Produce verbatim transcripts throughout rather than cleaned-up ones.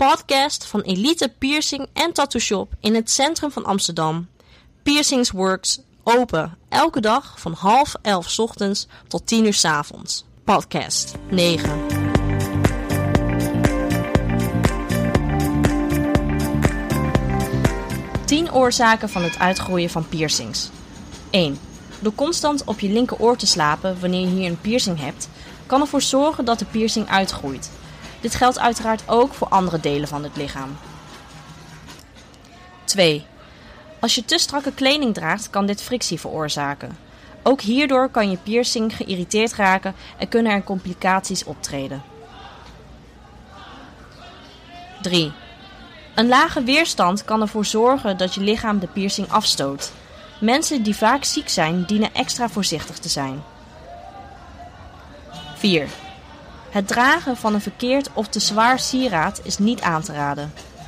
podcast van Elite Piercing en Tattoo Shop in het centrum van Amsterdam. Piercings Works, open elke dag van half elf 's ochtends tot tien uur 's avonds. Podcast negen. tien oorzaken van het uitgroeien van piercings. één. Door constant op je linkeroor te slapen wanneer je hier een piercing hebt, kan ervoor zorgen dat de piercing uitgroeit. Dit geldt uiteraard ook voor andere delen van het lichaam. twee. Als je te strakke kleding draagt, kan dit frictie veroorzaken. Ook hierdoor kan je piercing geïrriteerd raken en kunnen er complicaties optreden. drie. Een lage weerstand kan ervoor zorgen dat je lichaam de piercing afstoot. Mensen die vaak ziek zijn, dienen extra voorzichtig te zijn. vier. Het dragen van een verkeerd of te zwaar sieraad is niet aan te raden.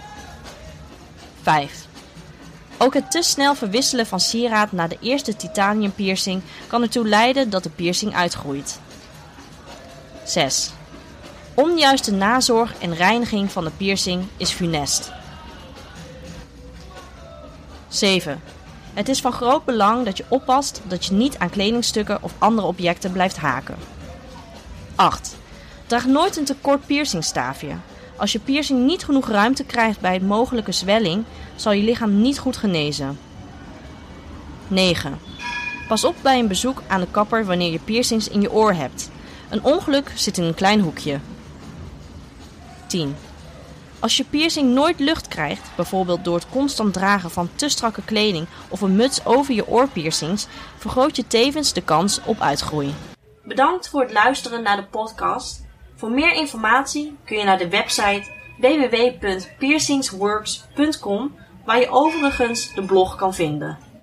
vijf. Ook het te snel verwisselen van sieraad na de eerste titanium piercing kan ertoe leiden dat de piercing uitgroeit. zes. Onjuiste nazorg en reiniging van de piercing is funest. zeven. Het is van groot belang dat je oppast dat je niet aan kledingstukken of andere objecten blijft haken. acht. Draag nooit een te kort piercingstaafje. Als je piercing niet genoeg ruimte krijgt bij een mogelijke zwelling, zal je lichaam niet goed genezen. negen. Pas op bij een bezoek aan de kapper wanneer je piercings in je oor hebt. Een ongeluk zit in een klein hoekje. tien. Als je piercing nooit lucht krijgt, bijvoorbeeld door het constant dragen van te strakke kleding of een muts over je oorpiercings, vergroot je tevens de kans op uitgroei. Bedankt voor het luisteren naar de podcast. Voor meer informatie kun je naar de website w w w punt piercingsworks punt com, waar je overigens de blog kan vinden.